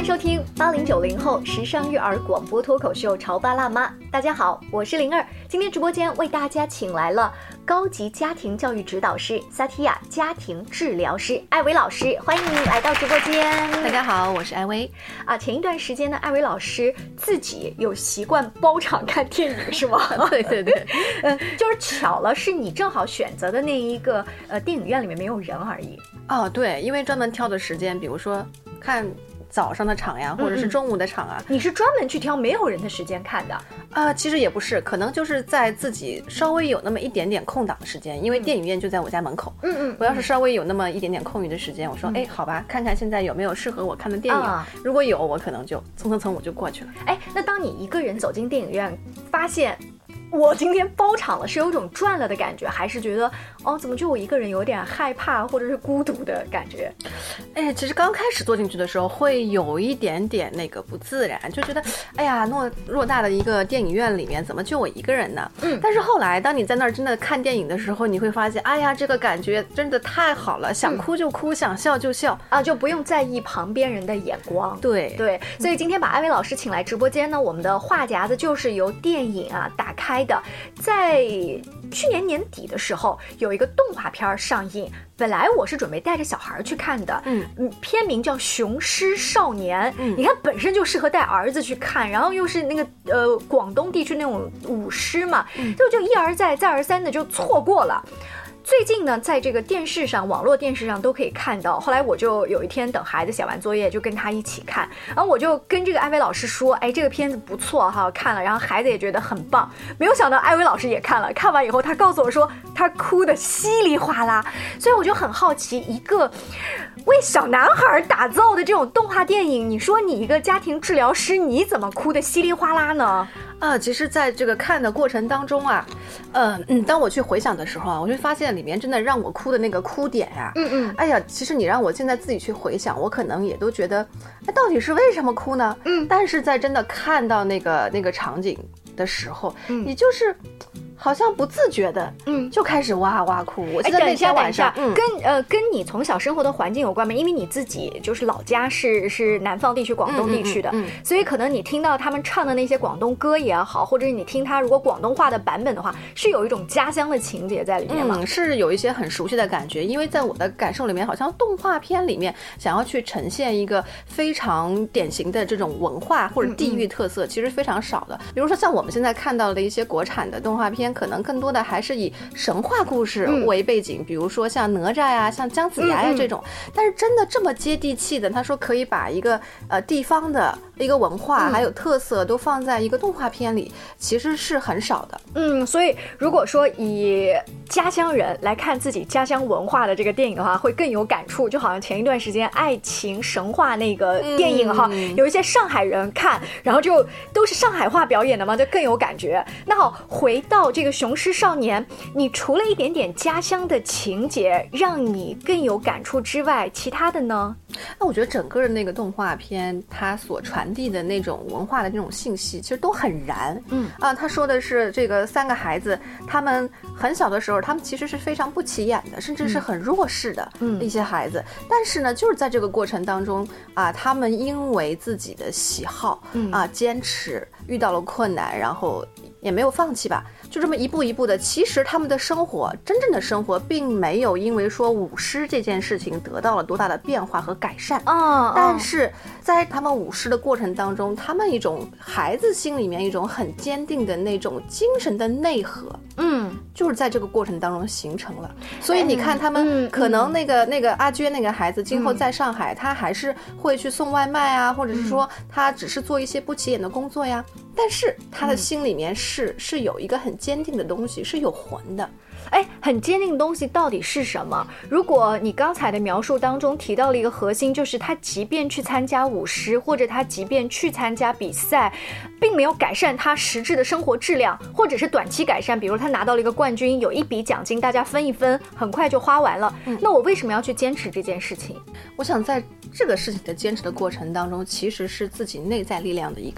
收听8090后时尚育儿广播脱口秀《潮爸辣妈》。大家好，我是灵儿。今天直播间为大家请来了高级家庭教育指导师萨提亚家庭治疗师艾薇老师，欢迎你来到直播间。 大家好，我是艾薇。 前一段时间呢，艾薇老师自己有习惯包场看电影是吗？ 对对对， 就是巧了，是你正好选择的那一个电影院里面没有人而已。 哦，对，因为专门挑的时间，比如说看早上的场呀，或者是中午的场啊。 你是专门去挑没有人的时间看的？ 其实也不是，可能就是在自己稍微有那么一点点空档的时间，因为电影院就在我家门口。我要是稍微有那么一点点空余的时间，我说，好吧，看看现在有没有适合我看的电影。如果有，我可能就蹭我就过去了。 那当你一个人走进电影院，发现我今天包场了，是有种赚了的感觉，还是觉得怎么就我一个人有点害怕或者是孤独的感觉？ 其实刚开始坐进去的时候会有一点点那个不自然，就觉得偌大的一个电影院里面怎么就我一个人呢？但是后来当你在那儿真的看电影的时候，你会发现这个感觉真的太好了，想哭就哭，想笑就笑就不用在意旁边人的眼光。 对， 所以今天把艾薇老师请来直播间呢，我们的话匣子就是由电影打开的。在去年年底的时候，有一个动画片上映，本来我是准备带着小孩去看的。片名叫《雄狮少年》。你看本身就适合带儿子去看，然后又是那个广东地区那种舞狮嘛，就一而再再而三的就错过了。最近呢，在这个电视上，网络电视上都可以看到。后来我就有一天等孩子写完作业，就跟他一起看，然后我就跟这个艾薇老师说，这个片子不错哈，看了，然后孩子也觉得很棒。没有想到艾薇老师也看了，看完以后他告诉我说他哭得稀里哗啦。所以我就很好奇，一个为小男孩打造的这种动画电影，你说你一个家庭治疗师，你怎么哭得稀里哗啦呢？ 其实在这个看的过程当中当我去回想的时候我就发现里面真的让我哭的那个哭点其实你让我现在自己去回想，我可能也都觉得到底是为什么哭呢？但是在真的看到那个场景的时候，你就是好像不自觉的就开始哇哇哭。我记得那天晚上跟你从小生活的环境有关吗？因为你自己就是老家是南方地区广东地区的，所以可能你听到他们唱的那些广东歌也好，或者是你听他如果广东话的版本的话，是有一种家乡的情节在里面吗？ 是有一些很熟悉的感觉。因为在我的感受里面，好像动画片里面想要去呈现一个非常典型的这种文化或者地域特色其实非常少的。比如说像我们现在看到的一些国产的动画片，可能更多的还是以神话故事为背景，比如说像哪吒呀，像姜子牙呀这种。但是真的这么接地气的，他说可以把一个地方的一个文化还有特色都放在一个动画片里，其实是很少的。 所以如果说以家乡人来看自己家乡文化的这个电影的话，会更有感触。就好像前一段时间爱情神话那个电影有一些上海人看，然后就都是上海话表演的嘛，就更有感觉。那好，回到这个雄狮少年，你除了一点点家乡的情节让你更有感触之外，其他的呢？ 那我觉得整个的那个动画片它所传递的那种文化的这种信息其实都很燃。他说的是这个3个孩子，他们很小的时候他们其实是非常不起眼的，甚至是很弱势的一些孩子。但是呢，就是在这个过程当中他们因为自己的喜好坚持，遇到了困难，然后也没有放弃吧，就这么一步一步的。其实他们的生活，真正的生活并没有因为说舞狮这件事情得到了多大的变化和改善。但是在他们舞狮的过程当中，他们一种孩子心里面一种很坚定的那种精神的内核就是在这个过程当中形成了。所以你看他们可能那个阿娟那个孩子今后在上海他还是会去送外卖或者是说他只是做一些不起眼的工作呀，但是他的心里面是有一个很坚定的东西，是有魂的。 很坚定的东西到底是什么？如果你刚才的描述当中提到了一个核心，就是他即便去参加舞狮，或者他即便去参加比赛，并没有改善他实质的生活质量，或者是短期改善，比如他拿到了一个冠军，有一笔奖金，大家分一分，很快就花完了。那我为什么要去坚持这件事情？ 我想在这个事情的坚持的过程当中，其实是自己内在力量的一个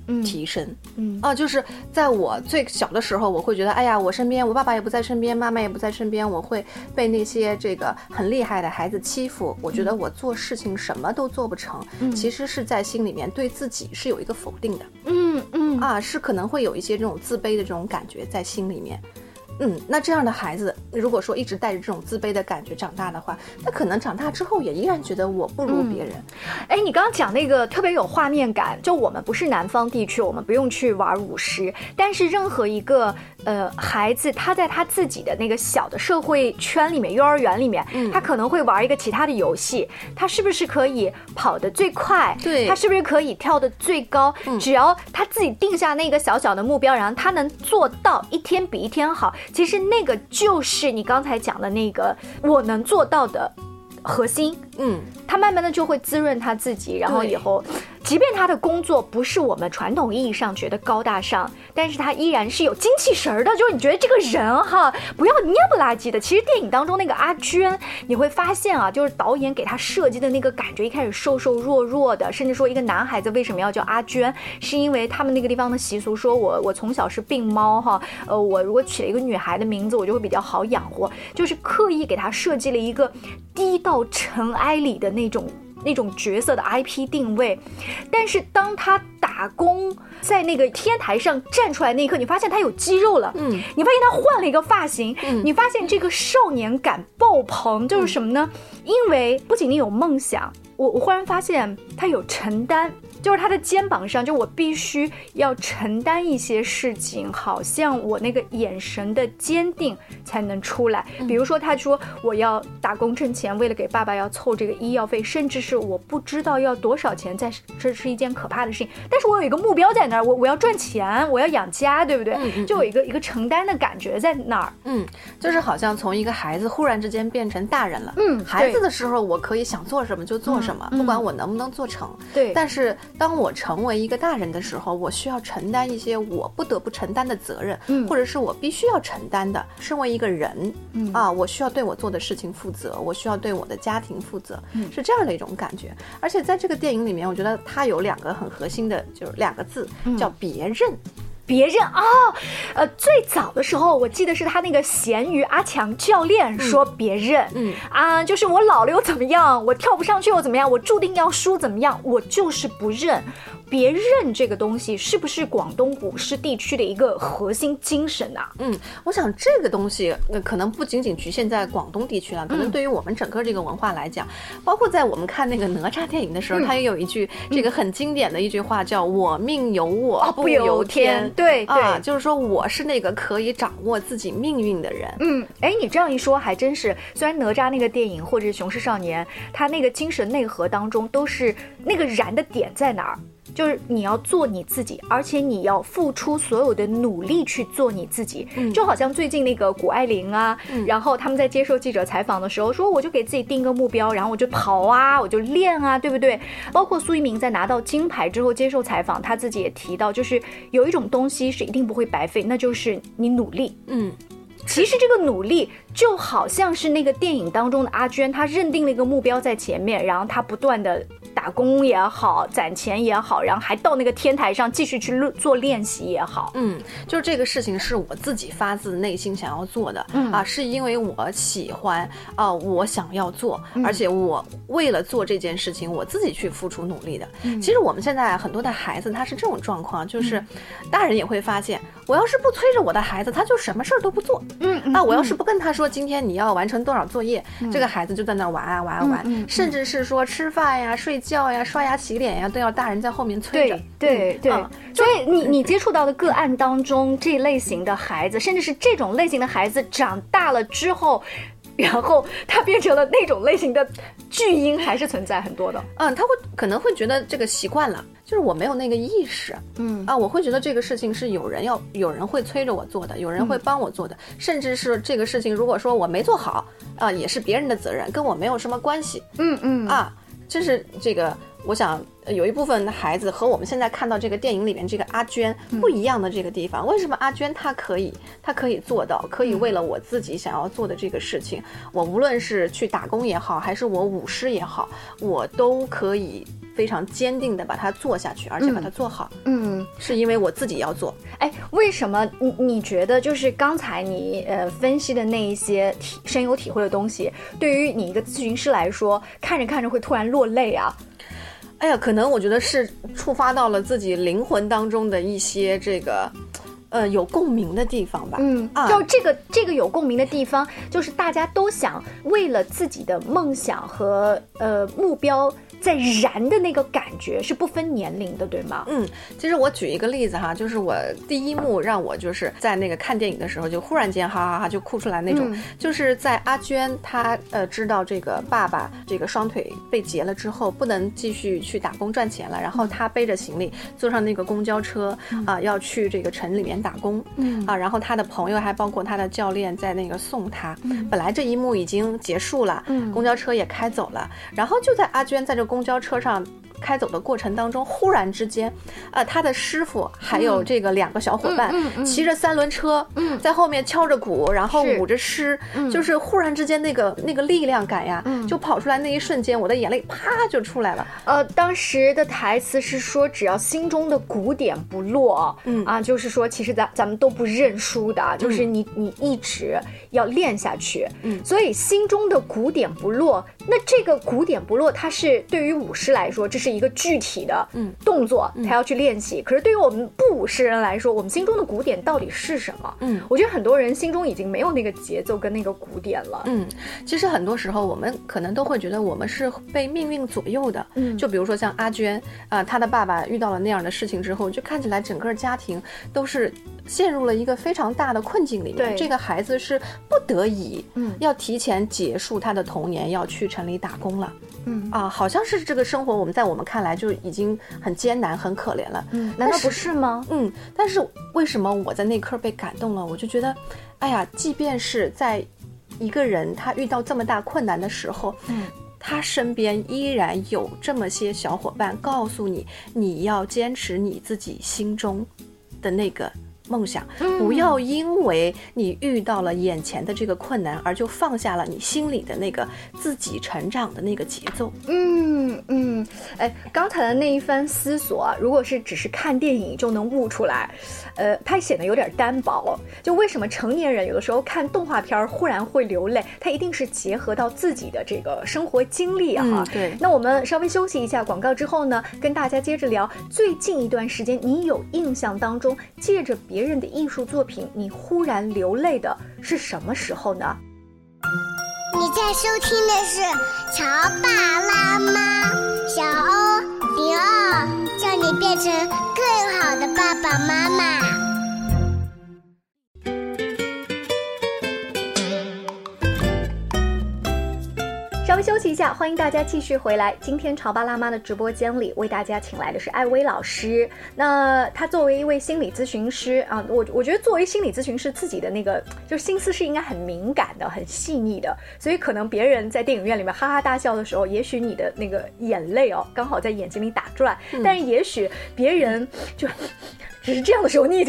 提升。就是在我最小的时候，我会觉得，哎呀，我身边我爸爸也不在身边，妈妈也不在身边，我会被那些这个很厉害的孩子欺负，我觉得我做事情什么都做不成，其实是在心里面对自己是有一个否定的。是可能会有一些这种自卑的这种感觉在心里面。那这样的孩子，如果说一直带着这种自卑的感觉长大的话，他可能长大之后也依然觉得我不如别人。 你刚刚讲那个特别有画面感，就我们不是南方地区，我们不用去玩舞狮，但是任何一个孩子，他在他自己的那个小的社会圈里面，幼儿园里面，他可能会玩一个其他的游戏，他是不是可以跑得最快？ 对， 他是不是可以跳得最高？只要他自己定下那个小小的目标，然后他能做到一天比一天好。其实那个就是你刚才讲的那个我能做到的核心。他慢慢的就会滋润他自己，然后以后即便他的工作不是我们传统意义上觉得高大上，但是他依然是有精气神的，就是你觉得这个人哈不要蔫不拉几的。其实电影当中那个阿娟，你会发现啊，就是导演给他设计的那个感觉，一开始瘦瘦弱弱的，甚至说一个男孩子为什么要叫阿娟，是因为他们那个地方的习俗说我从小是病猫哈，我如果取了一个女孩的名字，我就会比较好养活，就是刻意给他设计了一个低到尘埃里的那种角色的 IP 定位。但是当他打工在那个天台上站出来那一刻，你发现他有肌肉了，你发现他换了一个发型，你发现这个少年感爆棚，就是什么呢？因为不仅你有梦想，我忽然发现他有承担，就是他的肩膀上，就我必须要承担一些事情，好像我那个眼神的坚定才能出来。比如说他说我要打工挣钱，为了给爸爸要凑这个医药费，甚至是我不知道要多少钱，这是一件可怕的事情，但是我有一个目标在那儿，我要赚钱，我要养家，对不对？就有一个承担的感觉在那儿。 就是好像从一个孩子忽然之间变成大人了。孩子的时候我可以想做什么就做什么，不管我能不能做成。 对， 但是当我成为一个大人的时候，我需要承担一些我不得不承担的责任，或者是我必须要承担的。身为一个人，我需要对我做的事情负责，我需要对我的家庭负责，是这样的一种感觉。而且在这个电影里面，我觉得它有两个很核心的，就是两个字，叫别认。 别认最早的时候我记得是他那个咸鱼阿强教练说别认，就是我老了又怎么样，我跳不上去又怎么样，我注定要输怎么样，我就是不认。别认这个东西是不是广东舞狮地区的一个核心精神啊？ 我想这个东西可能不仅仅局限在广东地区了，可能对于我们整个这个文化来讲，包括在我们看那个哪吒电影的时候，它也有一句这个很经典的一句话叫我命由我不由天。 对对， 就是说我是那个可以掌握自己命运的人。 你这样一说还真是，虽然哪吒那个电影或者是雄狮少年，它那个精神内核当中都是那个燃的点在哪儿，就是你要做你自己，而且你要付出所有的努力去做你自己。就好像最近那个谷爱凌啊，然后他们在接受记者采访的时候说，我就给自己定个目标，然后我就跑啊，我就练啊，对不对？包括苏一鸣在拿到金牌之后接受采访，他自己也提到，就是有一种东西是一定不会白费，那就是你努力。其实这个努力就好像是那个电影当中的阿娟，她认定了一个目标在前面，然后她不断的打工也好，攒钱也好，然后还到那个天台上继续去做练习也好。 就是这个事情是我自己发自内心想要做的，是因为我喜欢我想要做，而且我为了做这件事情我自己去付出努力的。其实我们现在很多的孩子他是这种状况，就是大人也会发现，我要是不催着我的孩子，他就什么事儿都不做。我要是不跟他说今天你要完成多少作业，这个孩子就在那玩啊玩啊玩，甚至是说吃饭呀、睡觉呀、刷牙洗脸呀，都要大人在后面催着。 对，所以你接触到的个案当中，这类型的孩子，甚至是这种类型的孩子长大了之后，然后他变成了那种类型的巨婴，还是存在很多的。 他可能会觉得这个习惯了，就是我没有那个意识。我会觉得这个事情是有人会催着我做的，有人会帮我做的，甚至是这个事情如果说我没做好也是别人的责任，跟我没有什么关系。就是这个我想有一部分的孩子和我们现在看到这个电影里面这个阿娟不一样的这个地方。为什么阿娟她可以做到，可以为了我自己想要做的这个事情，我无论是去打工也好，还是我舞狮也好，我都可以非常坚定的把它做下去，而且把它做好。是因为我自己要做。 哎，为什么你觉得就是刚才你分析的那一些深有体会的东西，对于你一个咨询师来说，看着看着会突然落泪啊？ 哎呀，可能我觉得是触发到了自己灵魂当中的一些这个有共鸣的地方吧。 就这个有共鸣的地方，就是大家都想为了自己的梦想和目标在燃的那个感觉是不分年龄的，对吗？ 其实我举一个例子哈，就是我第一幕让我就是在那个看电影的时候就忽然间哈哈哈就哭出来那种，就是在阿娟她知道这个爸爸这个双腿被截了之后不能继续去打工赚钱了，然后她背着行李坐上那个公交车要去这个城里面打工然后她的朋友还包括她的教练在那个送她，本来这一幕已经结束了，公交车也开走了，然后就在阿娟在这公交车上开走的过程当中，忽然之间他的师傅还有这个2个小伙伴骑着3轮车在后面敲着鼓，然后舞着狮，就是忽然之间那个力量感呀就跑出来，那一瞬间我的眼泪啪就出来了。 当时的台词是说只要心中的鼓点不落就是说其实咱们都不认输的，就是你一直要练下去所以心中的鼓点不落，那这个鼓点不落它是对于舞狮来说这是一个具体的动作他要去练习，可是对于我们不舞狮人来说，我们心中的鼓点到底是什么？我觉得很多人心中已经没有那个节奏跟那个鼓点了。 其实很多时候我们可能都会觉得我们是被命运左右的，就比如说像阿娟她的爸爸遇到了那样的事情之后，就看起来整个家庭都是陷入了一个非常大的困境里面，这个孩子是不得已要提前结束他的童年，要去城里打工了。好像是这个生活我们在我们看来就已经很艰难很可怜了， 难道不是吗？ 但是为什么我在那刻被感动了？我就觉得哎呀，即便是在一个人他遇到这么大困难的时候他身边依然有这么些小伙伴告诉你，你要坚持你自己心中的那个梦想，不要因为你遇到了眼前的这个困难而就放下了你心里的那个自己成长的那个节奏。 刚才的那一番思索如果是只是看电影就能悟出来，它显得有点单薄。就为什么成年人有的时候看动画片忽然会流泪，它一定是结合到自己的这个生活经历对。 那我们稍微休息一下广告之后呢，跟大家接着聊最近一段时间你有印象当中借着别人的艺术作品你忽然流泪的是什么时候呢？ 你在收听的是乔爸拉妈，小欧02，叫你变成更好的爸爸妈妈。 稍微休息一下，欢迎大家继续回来。今天潮爸辣妈的直播间里为大家请来的是艾薇老师。那他作为一位心理咨询师我觉得作为心理咨询师自己的那个就是心思是应该很敏感的很细腻的，所以可能别人在电影院里面哈哈大笑的时候，也许你的那个眼泪刚好在眼睛里打转，但是也许别人就只是这样的时候你已经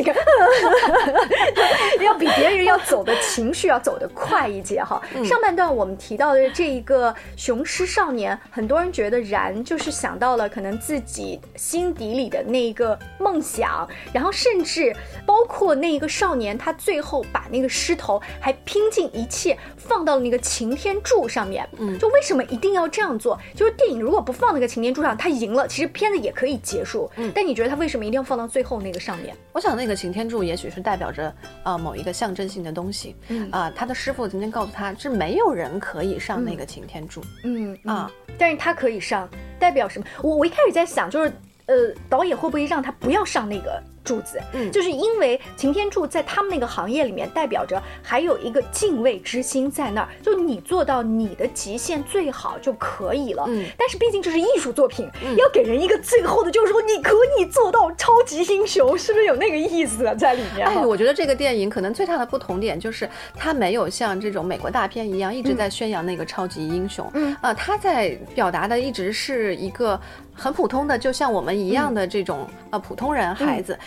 要比别人要走的情绪要走得快一些上半段我们提到的这一个雄狮少年，很多人觉得燃就是想到了可能自己心底里的那个梦想，然后甚至包括那一个少年他最后把那个狮头还拼尽一切放到了那个擎天柱上面。就为什么一定要这样做？就是电影如果不放那个擎天柱上他赢了，其实片子也可以结束，但你觉得他为什么一定要放到最后那个上面？ 我想那个擎天柱也许是代表着某一个象征性的东西。他的师傅曾经告诉他是没有人可以上那个擎天柱。 但是他可以上，代表什么？我一开始在想，就是导演会不会让他不要上那个柱子，就是因为擎天柱在他们那个行业里面代表着还有一个敬畏之心在那儿，就你做到你的极限最好就可以了。但是毕竟这是艺术作品，要给人一个最后的就是说你可以做到超级英雄，是不是有那个意思在里面？ 我觉得这个电影可能最大的不同点就是它没有像这种美国大片一样一直在宣扬那个超级英雄。它在表达的一直是一个很普通的就像我们一样的这种普通人孩子，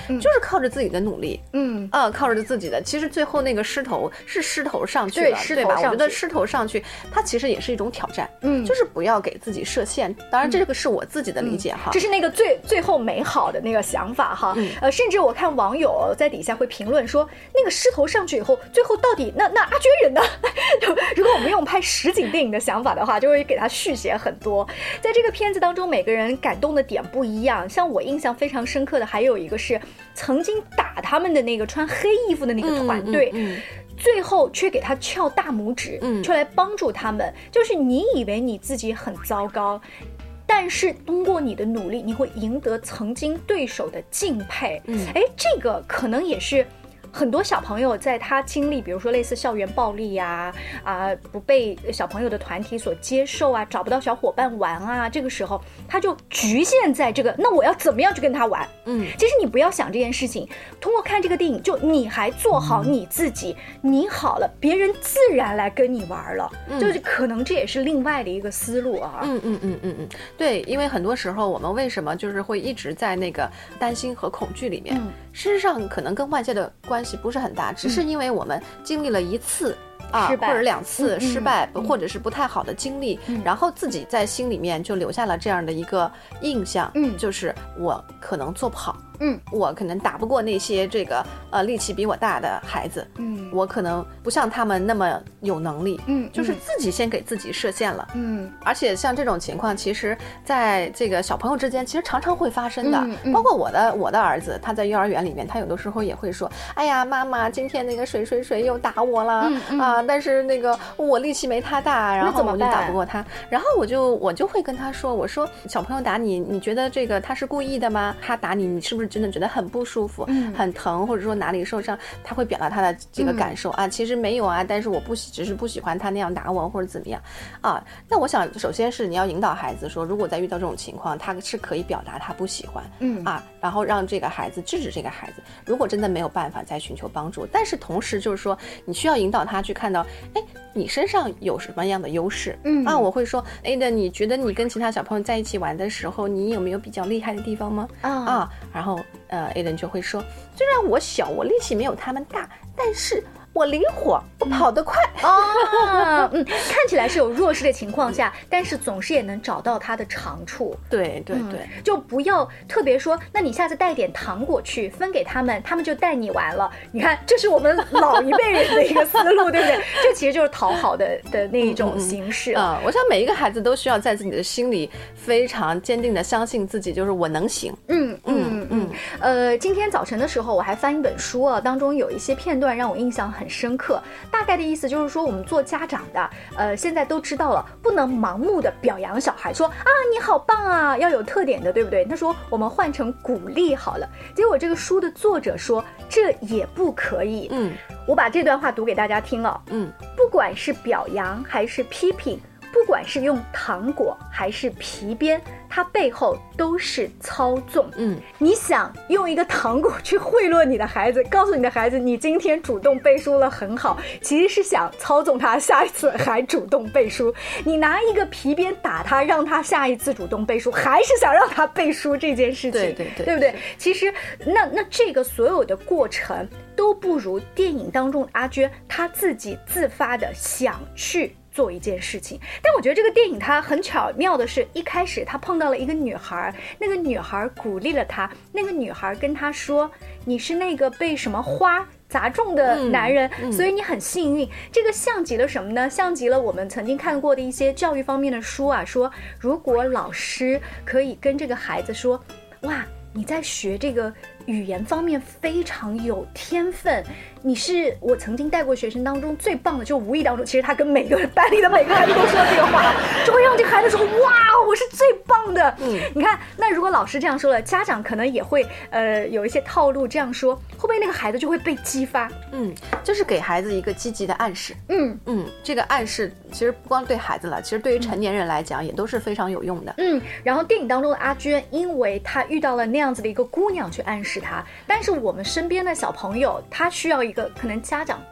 就是靠着自己的努力，靠着自己的，其实最后那个狮头是狮头上去了，对吧？我觉得狮头上去，它其实也是一种挑战，就是不要给自己设限。当然，这个是我自己的理解哈， 这是那个最后美好的那个想法哈。甚至我看网友在底下会评论说，那个狮头上去以后，最后到底那阿娟人呢？如果我们用拍实景电影的想法的话，就会给他续写很多。在这个片子当中，每个人感动的点不一样。像我印象非常深刻的还有一个是曾经打他们的那个穿黑衣服的那个团队，最后却给他翘大拇指，却来帮助他们。就是你以为你自己很糟糕，但是通过你的努力，你会赢得曾经对手的敬佩。这个可能也是很多小朋友在他经历，比如说类似校园暴力呀，不被小朋友的团体所接受啊，找不到小伙伴玩啊，这个时候他就局限在这个，那我要怎么样去跟他玩？其实你不要想这件事情，通过看这个电影，就你还做好你自己，你好了，别人自然来跟你玩了。就是可能这也是另外的一个思路啊。 对，因为很多时候我们为什么就是会一直在那个担心和恐惧里面，事实上可能跟外界的关系不是很大，只是因为我们经历了一次或者2次失败，或者是不太好的经历，然后自己在心里面就留下了这样的一个印象，就是我可能做不好，我可能打不过那些这个力气比我大的孩子，我可能不像他们那么有能力，就是自己先给自己设限了，而且像这种情况，其实在这个小朋友之间，其实常常会发生的，包括我的儿子，他在幼儿园里面，他有的时候也会说，哎呀，妈妈，今天那个谁又打我了但是那个我力气没他大，然后我就打不过他，然后我就会跟他说，我说小朋友打你，你觉得这个他是故意的吗？他打你，你是不是真的觉得很不舒服，很疼，或者说哪里受伤？他会表达他的这个感受其实没有但是我只是不喜欢他那样打我或者怎么样那我想首先是你要引导孩子说，如果在遇到这种情况，他是可以表达他不喜欢然后让这个孩子制止这个孩子，如果真的没有办法再寻求帮助，但是同时就是说你需要引导他去看到你身上有什么样的优势我会说Aiden，你觉得你跟其他小朋友在一起玩的时候，你有没有比较厉害的地方吗然后Aiden 就会说，虽然我小，我力气没有他们大，但是我灵活，我跑得快看起来是有弱势的情况下，但是总是也能找到他的长处。 对， 就不要特别说，那你下次带点糖果去分给他们，他们就带你玩了。你看，这是我们老一辈人的一个思路，对不对？这其实就是讨好的那一种形式我想每一个孩子都需要在自己的心里非常坚定的相信自己，就是我能行。 今天早晨的时候我还翻一本书当中有一些片段让我印象很深刻。大概的意思就是说，我们做家长的现在都知道了，不能盲目的表扬小孩，说你好棒啊，要有特点的，对不对？他说我们换成鼓励好了。结果这个书的作者说这也不可以。我把这段话读给大家听了。不管是表扬还是批评，不管是用糖果还是皮鞭，它背后都是操纵。你想用一个糖果去贿赂你的孩子，告诉你的孩子你今天主动背书了很好，其实是想操纵他下一次还主动背书。你拿一个皮鞭打他，让他下一次主动背书，还是想让他背书这件事情，对不对？其实那这个所有的过程都不如电影当中的阿娟她自己自发的想去做一件事情。但我觉得这个电影它很巧妙的是，一开始他碰到了一个女孩，那个女孩鼓励了他，那个女孩跟他说，你是那个被什么花砸中的男人，所以你很幸运。这个像极了什么呢？像极了我们曾经看过的一些教育方面的书说如果老师可以跟这个孩子说，哇，你在学这个语言方面非常有天分，你是我曾经带过学生当中最棒的，就无意当中，其实他跟每个班里的每个孩子都说这个话，就会让这个孩子说，哇，我是最棒的。你看，那如果老师这样说了，家长可能也会有一些套路这样说，会不会那个孩子就会被激发？ 就是给孩子一个积极的暗示。这个暗示其实不光对孩子了，其实对于成年人来讲也都是非常有用的。 然后电影当中的阿娟，因为她遇到了那样子的一个姑娘去暗示她，但是我们身边的小朋友，他需要一个可能家长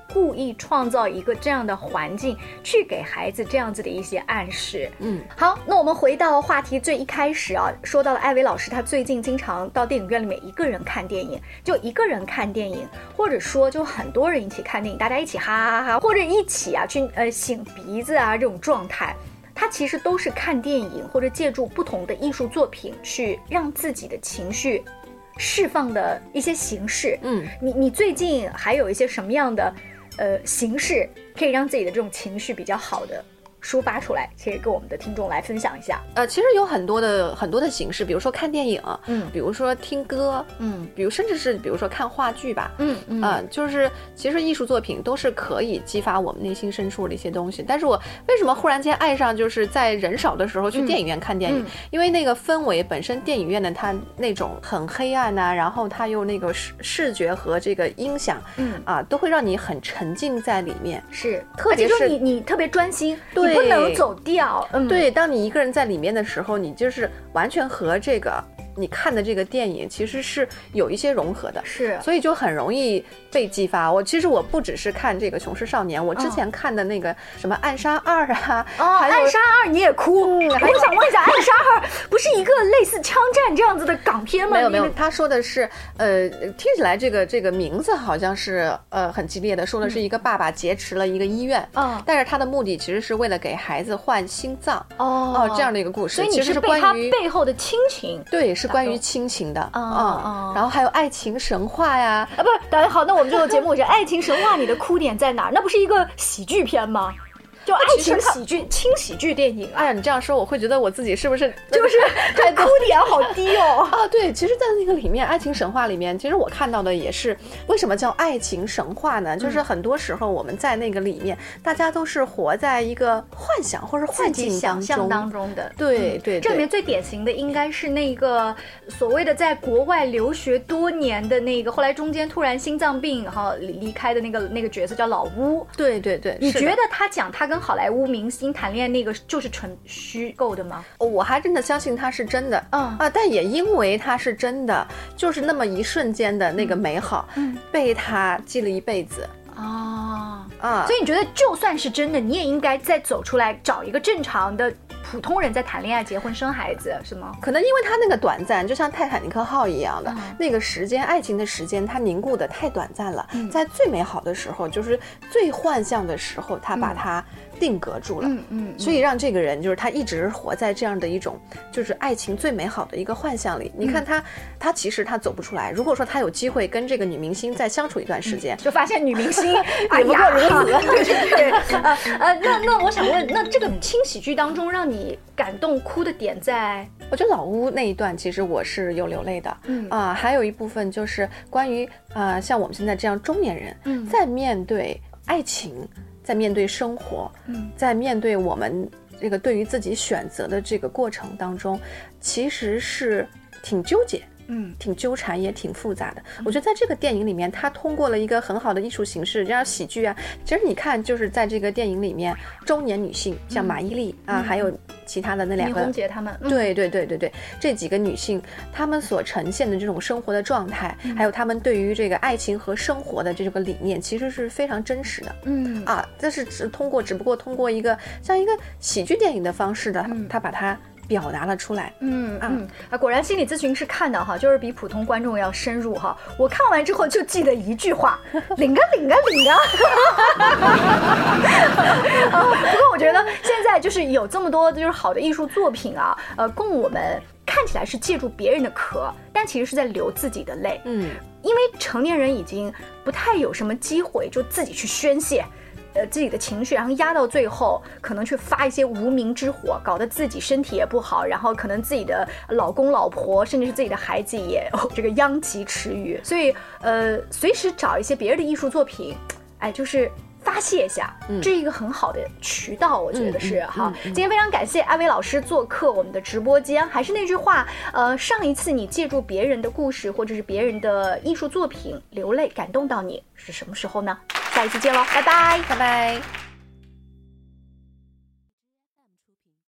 故意创造一个这样的环境，去给孩子这样子的一些暗示。好，那我们回到话题最一开始啊，说到了艾薇老师，他最近经常到电影院里面一个人看电影，就一个人看电影，或者说就很多人一起看电影，大家一起哈哈哈，或者一起啊去擤鼻子啊这种状态。它其实都是看电影或者借助不同的艺术作品去让自己的情绪释放的一些形式。你最近还有一些什么样的形式可以让自己的这种情绪比较好的抒发出来，可以跟我们的听众来分享一下。 其实有很多的形式，比如说看电影，比如说听歌，甚至是比如说看话剧吧，就是其实艺术作品都是可以激发我们内心深处的一些东西。但是我为什么忽然间爱上就是在人少的时候去电影院看电影？因为那个氛围本身，电影院的它那种很黑暗啊，然后它又那个视觉和这个音响，都会让你很沉浸在里面， 是， 特别是你特别专心， 对， 你不能走调。 对，当你一个人在里面的时候，你就是完全和这个你看的这个电影其实是有一些融合的， 是， 所以就很容易被激发。其实我不只是看这个《琼斯少年》，我之前看的那个什么《暗杀2》啊，还有 《暗杀2》你也哭？我想问一下，《暗杀2》不是一个类似枪战这样子的港片吗？ 没有，他说的是听起来这个名字好像是很激烈的，说的是一个爸爸劫持了一个医院，但是他的目的其实是为了给孩子换心脏，这样的一个故事。 所以你是被他背后的亲情， 对，是关于亲情的然后还有爱情神话呀， 不是，导演好，那我们这个节目是爱情神话，你的哭点在哪儿？那不是一个喜剧片吗？就爱情喜剧、轻喜剧电影。 哎呀，你这样说，我会觉得我自己是不是就是这哭点好低哦？ 对，其实，在那个里面，爱情神话里面，其实我看到的也是，为什么叫爱情神话呢？就是很多时候我们在那个里面，大家都是活在一个幻想或者幻境想象当中的。 对， 这里面最典型的应该是那个所谓的在国外留学多年的那个，后来中间突然心脏病然后离开的那个角色叫老乌。 对， 你觉得他讲他跟好莱坞明星谈恋爱那个就是纯虚构的吗？ 我还真的相信他是真的，但也因为他是真的，就是那么一瞬间的那个美好，被他记了一辈子。 所以你觉得就算是真的，你也应该再走出来找一个正常的普通人在谈恋爱、结婚、生孩子，是吗？ 可能因为他那个短暂，就像泰坦尼克号一样的，那个时间，爱情的时间，它凝固的太短暂了。在最美好的时候，就是最幻象的时候，他把它定格住了。所以让这个人就是他一直活在这样的一种就是爱情最美好的一个幻象里。你看他其实他走不出来。如果说他有机会跟这个女明星再相处一段时间， 就发现女明星也不过如此。对。那我想问，那这个轻喜剧当中让你感动哭的点在？ 我觉得老乌那一段其实我是有流泪的。还有一部分就是关于像我们现在这样中年人，在面对爱情，在面对生活，在面对我们这个对于自己选择的这个过程当中，其实是挺纠结，挺纠缠，也挺复杂的。我觉得在这个电影里面，他通过了一个很好的艺术形式，这样喜剧啊。其实你看，就是在这个电影里面，中年女性像马伊琍还有其他的那两个， 倪虹洁她们， 对，这几个女性，她们所呈现的这种生活的状态，还有她们对于这个爱情和生活的这个理念，其实是非常真实的。这是只不过通过一个像一个喜剧电影的方式的，她把它表达了出来。 果然心理咨询师看的就是比普通观众要深入哈。我看完之后就记得一句话，领个。不过我觉得现在就是有这么多就是好的艺术作品啊，供我们看起来是借助别人的壳，但其实是在流自己的泪。因为成年人已经不太有什么机会就自己去宣泄自己的情绪，然后压到最后可能去发一些无名之火，搞得自己身体也不好，然后可能自己的老公老婆甚至是自己的孩子也这个殃及池鱼。所以随时找一些别人的艺术作品，就是发泄一下，这是一个很好的渠道，我觉得是哈。今天非常感谢艾薇老师做客我们的直播间。还是那句话，上一次你借助别人的故事或者是别人的艺术作品流泪感动到你是什么时候呢？下一次见喽，拜拜， 拜拜。